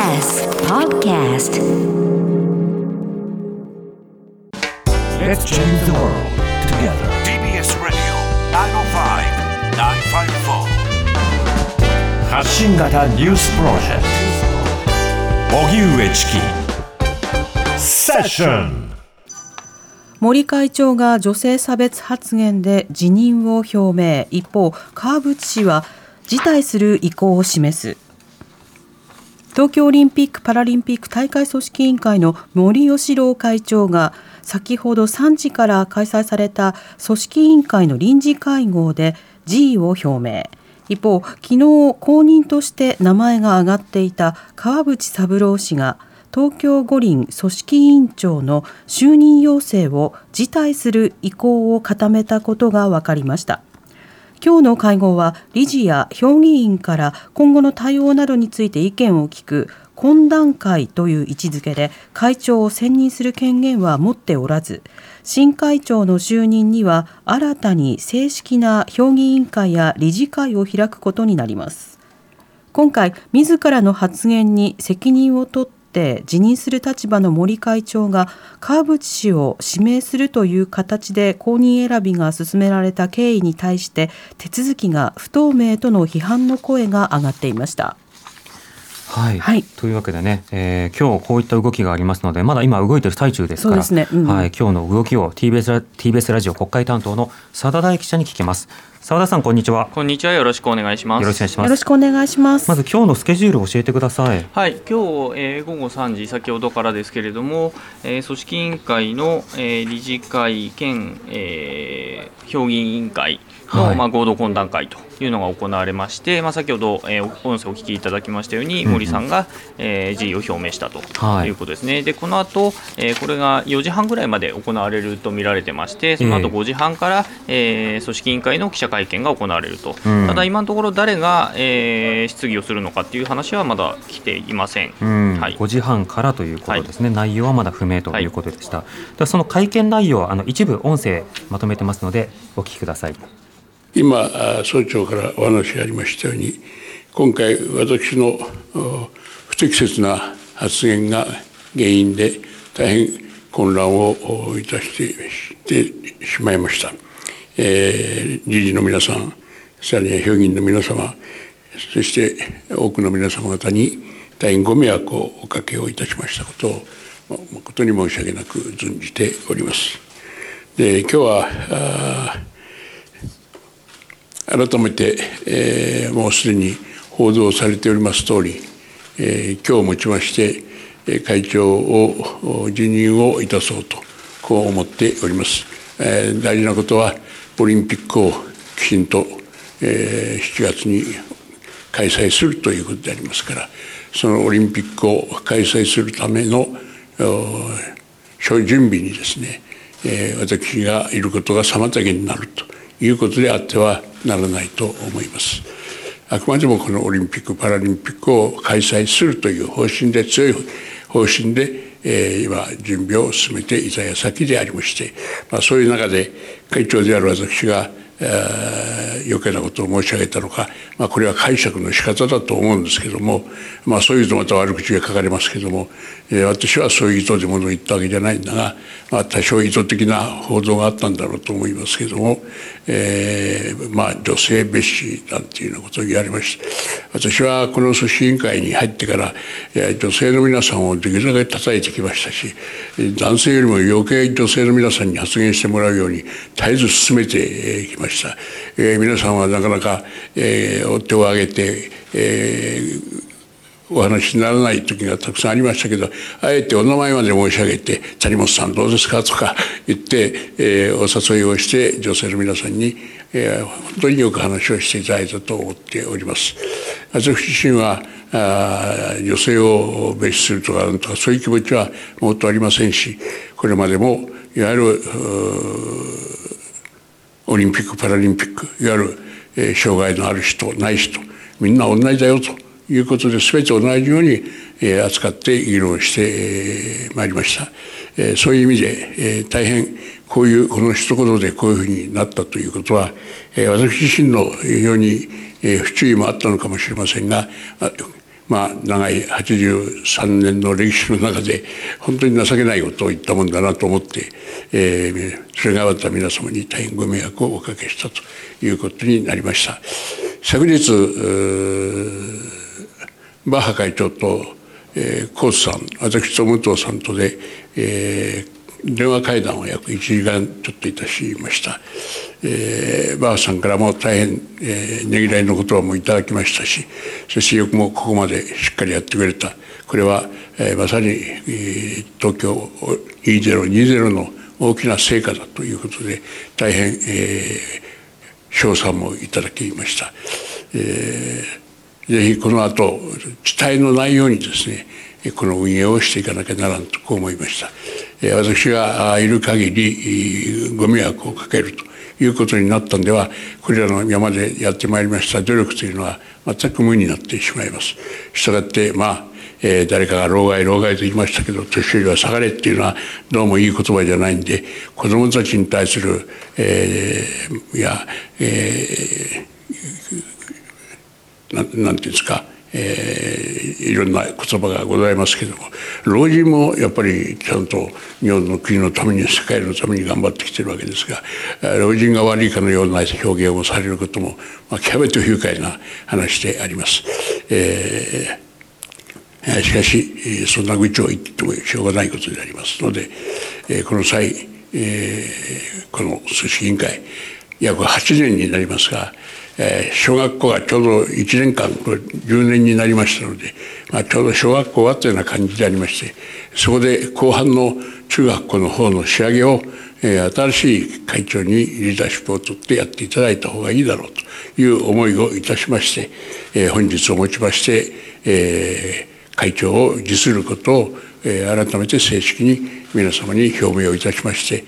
TBS Podcast. Let's change the world together. TBS Radio 905-954 発信型ニュースプロジェクト荻上チキセッション。 森会長が女性差別発言で辞任を表明。一方、川淵氏は辞退する意向を示す。東京オリンピック・パラリンピック大会組織委員会の森喜朗会長が先ほど3時から開催された組織委員会の臨時会合で辞意を表明。一方、昨日後任として名前が挙がっていた川淵三郎氏が東京五輪組織委員長の就任要請を辞退する意向を固めたことが分かりました。今日の会合は理事や評議員から今後の対応などについて意見を聞く懇談会という位置づけで、会長を選任する権限は持っておらず、新会長の就任には新たに正式な評議委員会や理事会を開くことになります。今回自らの発言に責任を取って辞任する立場の森会長が川淵氏を指名するという形で後任選びが進められた経緯に対して手続きが不透明との批判の声が上がっていました。 はいはい、 というわけでね、今日こういった動きがありますので、まだ今動いている最中ですから、 そうですね、 はい、今日の動きを TBS ラジオ国会担当の澤田大記者に聞きます。澤田さん、こんにちは。 こんにちは、よろしくお願いします。 よろしくお願いします。 よろしくお願いします。 まず今日のスケジュールを教えてください。 はい、今日、午後3時先ほどからですけれども、組織委員会の、理事会兼、評議員委員会の、合同懇談会というのが行われまして、先ほど、音声をお聞きいただきましたように、森さんが、辞意を表明したということですね。でこの後、これが4時半ぐらいまで行われると見られてまして、その後5時半から、組織委員会の記者会見が行われると、ただ今のところ誰が、質疑をするのかという話はまだ来ていません。はい、 5時半からということですね。内容はまだ不明ということでした。ではその会見内容、一部音声まとめてますのでお聞きください。 今総長からお話がありましたように、今回私の不適切な発言が原因で大変混乱をいたしてしまいました。理事の皆さん、さらには評議員の皆様、そして多くの皆様方に大変ご迷惑をおかけをいたしましたことを誠に申し訳なく存じております。で今日は改めて、もうすでに報道されております通り、今日をもちまして会長を辞任をいたそうとこう思っております。大事なことはオリンピックをきちんと、7月に開催するということでありますから、そのオリンピックを開催するための準備にですね、私がいることが妨げになるということであってはならないと思います。あくまでもこのオリンピック・パラリンピックを開催するという方針で、強い方針で、今準備を進めていた矢先でありまして、そういう中で会長である私が余計なことを申し上げたのか、これは解釈の仕方だと思うんですけども、そういうとまた悪口が書かれますけども、私はそういう意図でものを言ったわけじゃないんだが、多少意図的な報道があったんだろうと思いますけども、女性蔑視なんていうようなことを言われました。私はこの組織委員会に入ってから女性の皆さんをできるだけ叩いてきましたし、男性よりも余計女性の皆さんに発言してもらうように絶えず進めてきました。皆さんはなかなか、手を挙げて、お話にならない時がたくさんありましたけど、あえてお名前まで申し上げて「谷本さんどうですか?」とか言って、お誘いをして女性の皆さんに、本当によく話をしていただいたと思っております。私自身は女性を蔑視するとかなんとかそういう気持ちはもっとありませんし、これまでもいわゆるオリンピック・パラリンピック、いわゆる、障害のある人ない人みんな同じだよということで、全て同じように、扱って議論してまいりました。そういう意味で、大変この一言でこういうふうになったということは、私自身の非常に不注意もあったのかもしれませんが、 長い83年の歴史の中で本当に情けないことを言ったもんだなと思って、それがまた皆様に大変ご迷惑をおかけしたということになりました。昨日バッハ会長とコーツさん、私と武藤さんとで、電話会談を約1時間ちょっといたしました。バーさんからも大変、ねぎらいの言葉もいただきましたし、そしてよくもここまでしっかりやってくれた。これは、まさに、東京2020の大きな成果だということで大変、称賛もいただきました。ぜひこの後期待のないようにですね、この運営をしていかなきゃならんとこう思いました。私がいる限りご迷惑をかけるということになったんでは、これらの今までやってまいりました努力というのは全く無になってしまいます。したがって誰かが老害と言いましたけど、年寄りは下がれっていうのはどうもいい言葉じゃないんで、子どもたちに対する、なんていうんですか、いろんな言葉がございますけども、老人もやっぱりちゃんと日本の国のために世界のために頑張ってきてるわけですが、老人が悪いかのような表現をされることも、極めて不愉快な話であります。しかしそんな愚痴を言ってもしょうがないことでありますので、この際、この組織委員会約8年になりますが、小学校がちょうど1年間10年になりましたので、ちょうど小学校終わったような感じでありまして、そこで後半の中学校の方の仕上げを、新しい会長にリーダーシップを取ってやっていただいた方がいいだろうという思いをいたしまして、本日をもちまして、会長を辞することを、改めて正式に皆様に表明をいたしまして、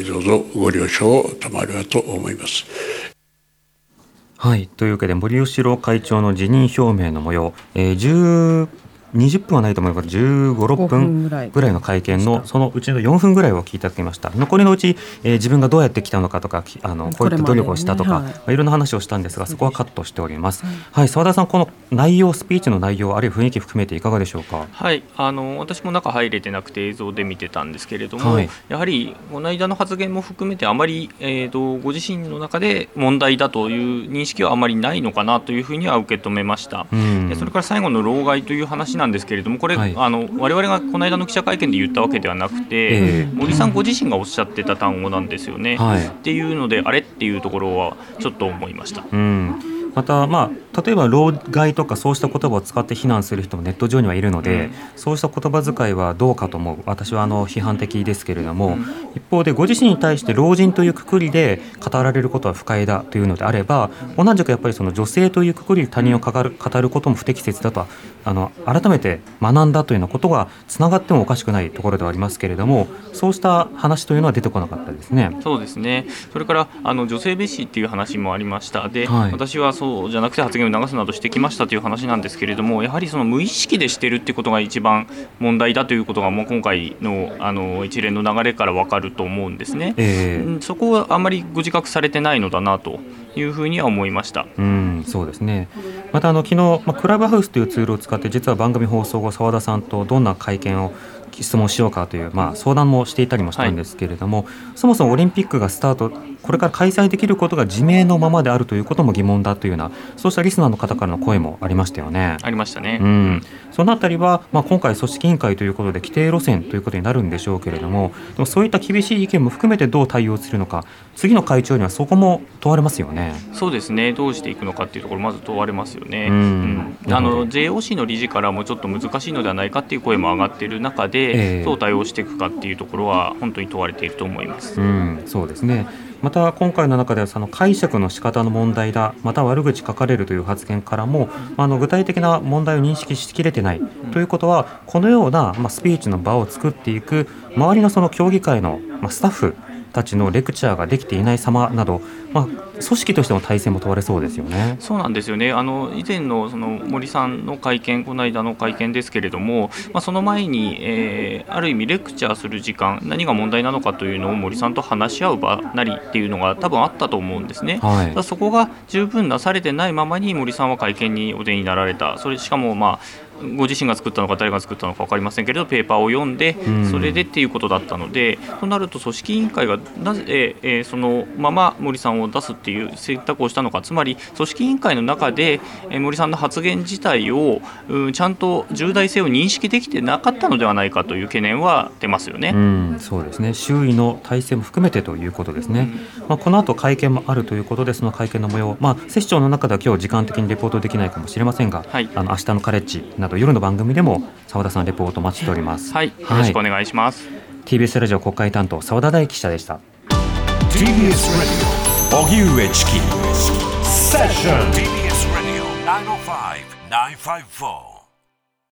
どうぞご了承を賜ればと思います。 はい、というわけで森喜朗会長の辞任表明の模様、20分はないと思いますが15、6分ぐらいの会見のそのうちの4分ぐらいを聞いていただきました。残りのうち、自分がどうやってきたのかとかこういった努力をしたとか、いろんな話をしたんですが、そこはカットしております。はい、澤田さん、この内容、スピーチの内容あるいは雰囲気含めていかがでしょうか。 はい、私も中入れてなくて映像で見てたんですけれども、やはりこの間の発言も含めてあまり、ご自身の中で問題だという認識はあまりないのかなというふうには受け止めました。それから最後の老害という話なんですけれども、これ、我々がこの間の記者会見で言ったわけではなくて、森さんご自身がおっしゃってた単語なんですよね。っていうので、あれっていうところはちょっと思いました。 また、例えば老害とかそうした言葉を使って非難する人もネット上にはいるので、そうした言葉遣いはどうかと思う。私は批判的ですけれども、一方でご自身に対して老人というくくりで語られることは不快だというのであれば、同じくやっぱりその女性というくくりで他人を語ることも不適切だと改めて学んだというようなことがつながってもおかしくないところではありますけれども、そうした話というのは出てこなかったですね。 そうですね。それから女性蔑視っていう話もありました。で、私はそうじゃなくて発言を流すなどしてきましたという話なんですけれども、やはりその無意識でしてるってことが一番問題だということがもう今回の一連の流れから分かると思うんですね。そこはあんまりご自覚されてないのだなというふうには思いました。 そうですね。また昨日、クラブハウスというツールを使って実は番組放送後澤田さんとどんな会見を質問しようかという、相談もしていたりもしたんですけれども、そもそもオリンピックがスタート、これから開催できることが自明のままであるということも疑問だというような、そうしたリスナーの方からの声もありましたよね。 ありましたね。 そのあたりは、今回組織委員会ということで規定路線ということになるんでしょうけれども、でもそういった厳しい意見も含めてどう対応するのか、次の会長にはそこも問われますよね。 そうですね。どうしていくのかというところまず問われますよね。JOC の理事からもちょっと難しいのではないかという声も上がっている中で、どう対応していくかっていうところは本当に問われていると思います。 そうですね。また今回の中ではその解釈の仕方の問題だ、また悪口書かれるという発言からも、具体的な問題を認識しきれてないということは、このようなスピーチの場を作っていく周りのその協議会のスタッフたちのレクチャーができていない様など、組織としての体制も問われそうですよね。 そうなんですよね。以前のその森さんの会見、この間の会見ですけれども、その前に、ある意味レクチャーする時間、何が問題なのかというのを森さんと話し合う場なりっていうのが多分あったと思うんですね。 はい、 そこが十分なされてないままに森さんは会見にお出になられた。それしかもご自身が作ったのか誰が作ったのか分かりませんけれどペーパーを読んでそれでっていうことだったので、となると組織委員会がなぜ、そのまま森さんを出すっていう選択をしたのか、つまり組織委員会の中で森さんの発言自体をちゃんと重大性を認識できてなかったのではないかという懸念は出ますよね。 そうですね。周囲の体制も含めてということですね。この後会見もあるということで、その会見の模様、セッションの中では今日時間的にレポートできないかもしれませんが、明日のカレッジなど夜の番組でも澤田さんレポートお待ちしております。 よろしくお願いします。 TBS ラジオ国会担当澤田大記者でした。 TBS ラジオ荻上チキセッション TBS ラジオ905-954